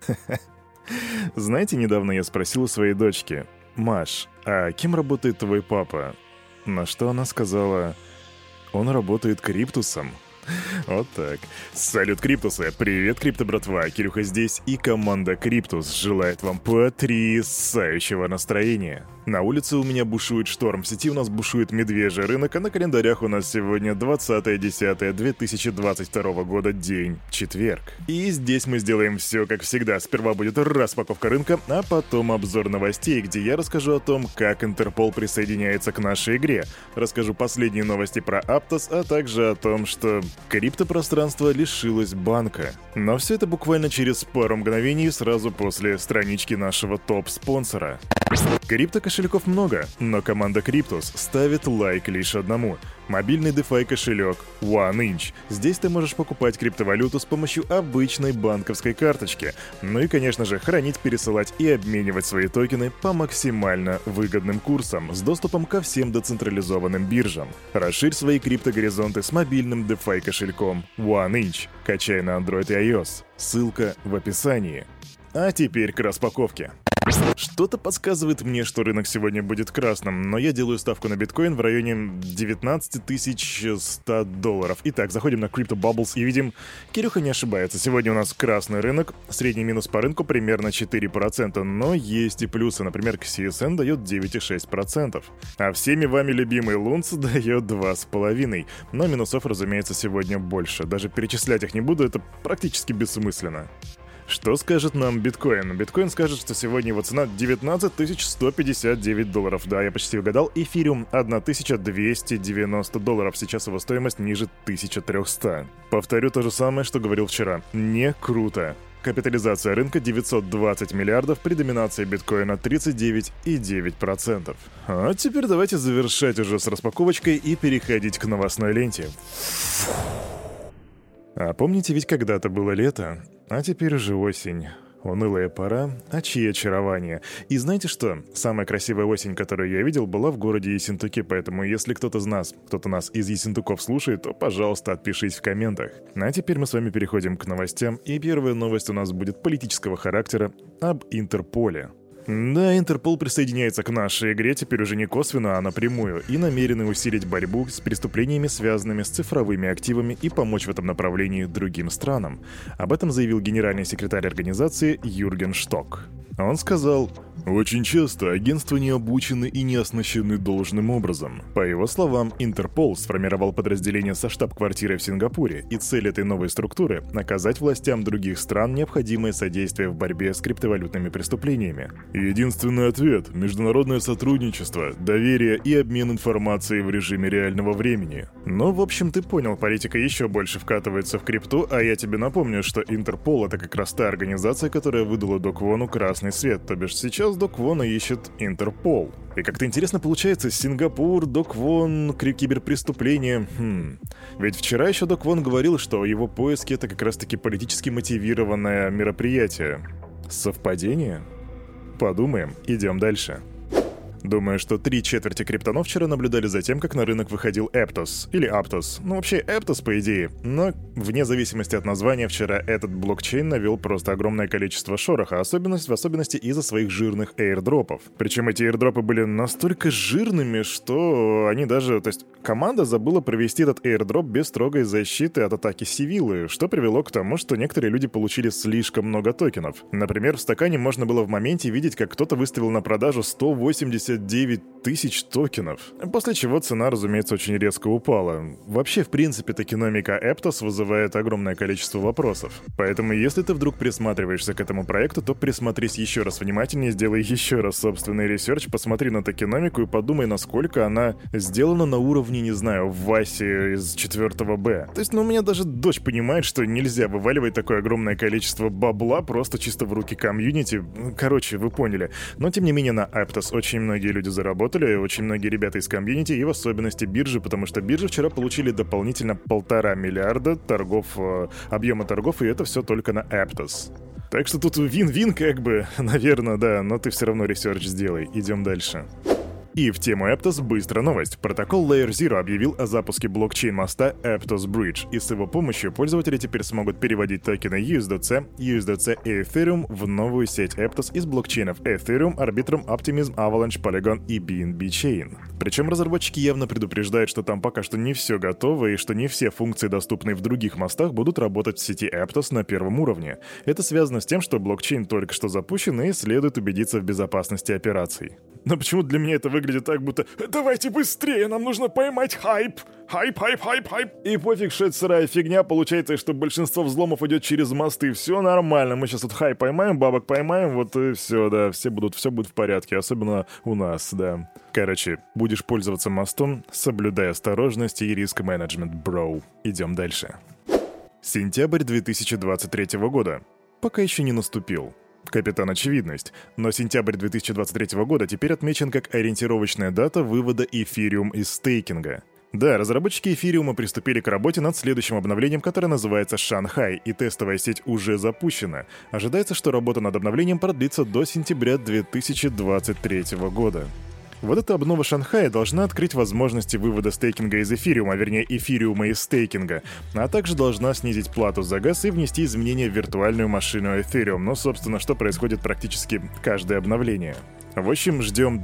Знаете, недавно я спросил у своей дочки: «Маш, а кем работает твой папа?» На что она сказала: «Он работает криптусом». Вот так. Салют, Криптусы! Привет, Крипто братва! Кирюха здесь, и команда Криптус желает вам потрясающего настроения. На улице у меня бушует шторм, в сети у нас бушует медвежий рынок, а на календарях у нас сегодня 20.10.2022 года, день четверг. И здесь мы сделаем все как всегда. Сперва будет распаковка рынка, а потом обзор новостей, где я расскажу о том, как Интерпол присоединяется к нашей игре. Расскажу последние новости про Aptos, а также о том, что криптопространство лишилось банка. Но все это буквально через пару мгновений сразу после странички нашего топ-спонсора. Крипто-кошельков много, но команда Криптус ставит лайк лишь одному. Мобильный DeFi кошелек OneInch. Здесь ты можешь покупать криптовалюту с помощью обычной банковской карточки. Ну и, конечно же, хранить, пересылать и обменивать свои токены по максимально выгодным курсам с доступом ко всем децентрализованным биржам. Расширь свои криптогоризонты с мобильным DeFi кошельком OneInch. Качай на Android и iOS. Ссылка в описании. А теперь к распаковке. Что-то подсказывает мне, что рынок сегодня будет красным, но я делаю ставку на биткоин в районе 19 100 долларов. Итак, заходим на Crypto Bubbles и видим, Кирюха не ошибается. Сегодня у нас красный рынок, средний минус по рынку примерно 4%, но есть и плюсы. Например, CSN дает 9,6%, а всеми вами любимый Лунц дает 2,5%. Но минусов, разумеется, сегодня больше. Даже перечислять их не буду, это практически бессмысленно. Что скажет нам биткоин? Биткоин скажет, что сегодня его цена 19 159 долларов. Да, я почти угадал. Эфириум 1290 долларов. Сейчас его стоимость ниже 1300. Повторю то же самое, что говорил вчера. Не круто. Капитализация рынка 920 миллиардов при доминации биткоина 39,9%. А теперь давайте завершать уже с распаковочкой и переходить к новостной ленте. А помните, ведь когда-то было лето, а теперь уже осень. Унылая пора, а чьи очарования. И знаете что? Самая красивая осень, которую я видел, была в городе Ессентуки, поэтому если кто-то нас из Ессентуков слушает, то, пожалуйста, отпишись в комментах. А теперь мы с вами переходим к новостям, и первая новость у нас будет политического характера об Интерполе. Да, Интерпол присоединяется к нашей игре теперь уже не косвенно, а напрямую, и намерены усилить борьбу с преступлениями, связанными с цифровыми активами, и помочь в этом направлении другим странам. Об этом заявил генеральный секретарь организации Юрген Шток. Он сказал: «Очень часто агентства не обучены и не оснащены должным образом». По его словам, Интерпол сформировал подразделение со штаб-квартирой в Сингапуре, и цель этой новой структуры — оказать властям других стран необходимое содействие в борьбе с криптовалютными преступлениями. Единственный ответ — международное сотрудничество, доверие и обмен информацией в режиме реального времени. Но, в общем, ты понял, политика еще больше вкатывается в крипту, а я тебе напомню, что Интерпол — это как раз та организация, которая выдала До Квону красный свет, то бишь сейчас До Квона ищет Интерпол. И как-то интересно получается, Сингапур, До Квон, киберпреступления. Ведь вчера еще До Квон говорил, что его поиски — это как раз-таки политически мотивированное мероприятие. Совпадение? Подумаем, идем дальше. Думаю, что 3/4 криптонов вчера наблюдали за тем, как на рынок выходил Aptos, или Aptos. Ну, вообще, Aptos, по идее. Но, вне зависимости от названия, вчера этот блокчейн навел просто огромное количество шороха, в особенности из-за своих жирных эйрдропов. Причем эти эйрдропы были настолько жирными, что они даже... То есть, команда забыла провести этот эйрдроп без строгой защиты от атаки Сивиллы, что привело к тому, что некоторые люди получили слишком много токенов. Например, в стакане можно было в моменте видеть, как кто-то выставил на продажу 189 тысяч токенов. После чего цена, разумеется, очень резко упала. Вообще, в принципе, токеномика Aptos вызывает огромное количество вопросов. Поэтому, если ты вдруг присматриваешься к этому проекту, то присмотрись еще раз внимательнее, сделай еще раз собственный ресерч, посмотри на токеномику и подумай, насколько она сделана на уровне, не знаю, Васи из 4 Б. То есть, у меня даже дочь понимает, что нельзя вываливать такое огромное количество бабла просто чисто в руки комьюнити. Короче, вы поняли. Но, тем не менее, на Aptos очень многие люди заработали, очень многие ребята из комьюнити, и в особенности биржи, потому что биржи вчера получили дополнительно 1,5 миллиарда объема торгов, и это все только на Aptos. Так что тут вин-вин как бы, наверное, да, но ты все равно ресерч сделай. Идем дальше. И в тему Aptos быстрая новость. Протокол Layer Zero объявил о запуске блокчейн-моста Aptos Bridge, и с его помощью пользователи теперь смогут переводить токены USDC, USDC и Ethereum в новую сеть Aptos из блокчейнов Ethereum, Arbitrum, Optimism, Avalanche, Polygon и BNB Chain. Причем разработчики явно предупреждают, что там пока что не все готово и что не все функции, доступные в других мостах, будут работать в сети Aptos на первом уровне. Это связано с тем, что блокчейн только что запущен и следует убедиться в безопасности операций. Но почему для меня это выглядит так, будто «давайте быстрее, нам нужно поймать хайп! Хайп, хайп, хайп, хайп!» И пофиг, что это сырая фигня, получается, что большинство взломов идет через мосты, все нормально, мы сейчас вот хайп поймаем, бабок поймаем, вот и все, да, все будет в порядке, особенно у нас, да. Короче, будешь пользоваться мостом, соблюдай осторожность и риск-менеджмент, бро. Идем дальше. Сентябрь 2023 года. Пока еще не наступил. Капитан Очевидность. Но сентябрь 2023 года теперь отмечен как ориентировочная дата вывода эфириум из стейкинга. Да, разработчики эфириума приступили к работе над следующим обновлением, которое называется Шанхай, и тестовая сеть уже запущена. Ожидается, что работа над обновлением продлится до сентября 2023 года. Вот эта обнова Шанхая должна открыть возможности вывода стейкинга из эфириума, вернее эфириума из стейкинга, а также должна снизить плату за газ и внести изменения в виртуальную машину Ethereum, но, собственно, что происходит практически каждое обновление. В общем, ждем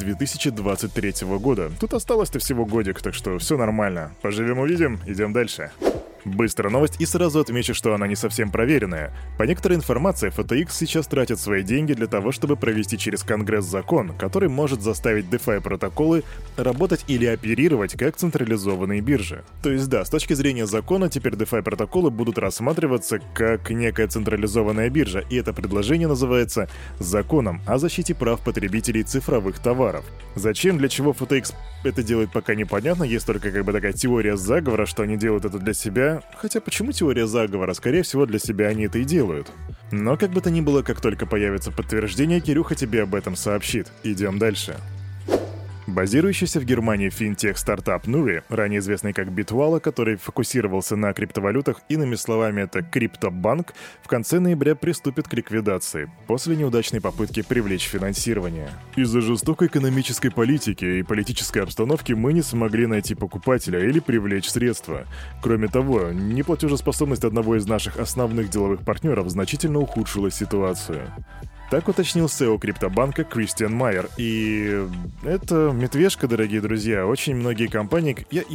2023 года. Тут осталось-то всего годик, так что все нормально. Поживем-увидим, идем дальше. Быстрая новость, и сразу отмечу, что она не совсем проверенная. По некоторой информации, FTX сейчас тратит свои деньги для того, чтобы провести через Конгресс закон, который может заставить DeFi-протоколы работать или оперировать как централизованные биржи. То есть да, с точки зрения закона, теперь DeFi-протоколы будут рассматриваться как некая централизованная биржа, и это предложение называется «Законом о защите прав потребителей цифровых товаров». Зачем, для чего FTX это делает, пока непонятно, есть только такая теория заговора, что они делают это для себя. Хотя почему теория заговора? Скорее всего, для себя они это и делают. Но как бы то ни было, как только появится подтверждение, Кирюха тебе об этом сообщит. Идем дальше. Базирующийся в Германии финтех-стартап Nuri, ранее известный как Bitwala, который фокусировался на криптовалютах, иными словами это криптобанк, в конце ноября приступит к ликвидации после неудачной попытки привлечь финансирование. Из-за жестокой экономической политики и политической обстановки мы не смогли найти покупателя или привлечь средства. Кроме того, неплатежеспособность одного из наших основных деловых партнеров значительно ухудшила ситуацию. Так уточнил SEO криптобанка Кристиан Майер. И это медвежка, дорогие друзья. Очень многие компании...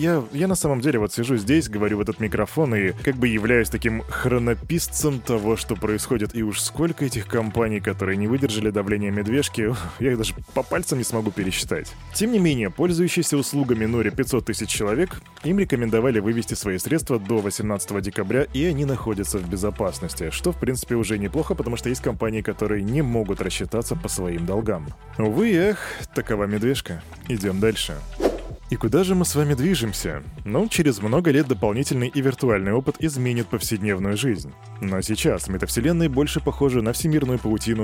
Я на самом деле вот сижу здесь, говорю в этот микрофон и являюсь таким хронописцем того, что происходит. И уж сколько этих компаний, которые не выдержали давления медвежки, я их даже по пальцам не смогу пересчитать. Тем не менее, пользующиеся услугами Nuri 500 тысяч человек, им рекомендовали вывести свои средства до 18 декабря, и они находятся в безопасности. Что, в принципе, уже неплохо, потому что есть компании, которые не могут рассчитаться по своим долгам. Увы, эх, такова медвежка. Идем дальше. И куда же мы с вами движемся? Ну, через много лет дополнительный и виртуальный опыт изменит повседневную жизнь. Но сейчас метавселенные больше похожи на всемирную паутину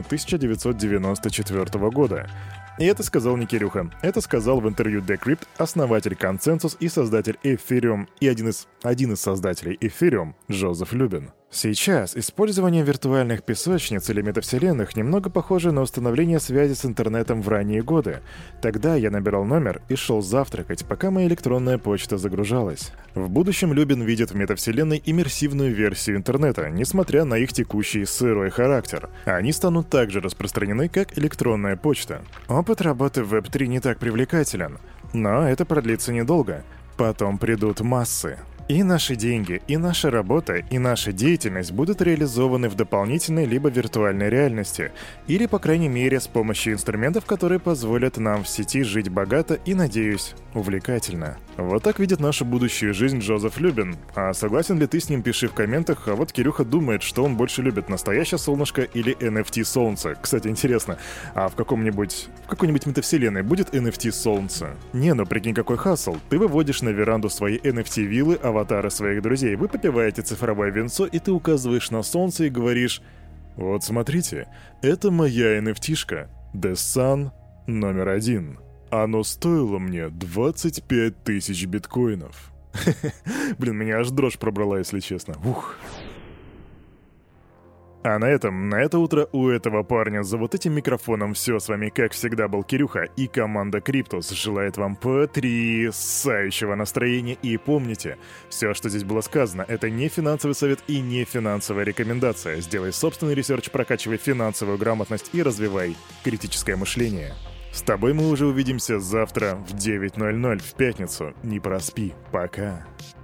1994 года. И это сказал не Кирюха. Это сказал в интервью Decrypt основатель Consensus и создатель Ethereum, и один из создателей Ethereum, Джозеф Любин. Сейчас использование виртуальных песочниц или метавселенных немного похоже на установление связи с интернетом в ранние годы. Тогда я набирал номер и шел завтракать, пока моя электронная почта загружалась. В будущем Любин видит в метавселенной иммерсивную версию интернета, несмотря на их текущий сырой характер. Они станут так же распространены, как электронная почта. Опыт работы в Web3 не так привлекателен, но это продлится недолго. Потом придут массы. И наши деньги, и наша работа, и наша деятельность будут реализованы в дополнительной либо виртуальной реальности, или, по крайней мере, с помощью инструментов, которые позволят нам в сети жить богато и, надеюсь, увлекательно. Вот так видит нашу будущую жизнь Джозеф Любин. А согласен ли ты с ним, пиши в комментах, а вот Кирюха думает, что он больше любит настоящее солнышко или NFT солнце. Кстати, интересно, а в какой-нибудь метавселенной будет NFT солнце? Не, ну прикинь, какой хасл. Ты выводишь на веранду свои NFT-виллы, аватары своих друзей, вы попиваете цифровое винцо, и ты указываешь на солнце и говоришь: вот смотрите, это моя NFT-шка, The Sun номер 1. Оно стоило мне 25 тысяч биткоинов. Блин, меня аж дрожь пробрала, если честно. Ух. А на это утро у этого парня за вот этим микрофоном все. С вами, как всегда, был Кирюха, и команда Криптус желает вам потрясающего настроения. И помните, все, что здесь было сказано, это не финансовый совет и не финансовая рекомендация. Сделай собственный ресерч, прокачивай финансовую грамотность и развивай критическое мышление. С тобой мы уже увидимся завтра в 9:00 в пятницу. Не проспи. Пока.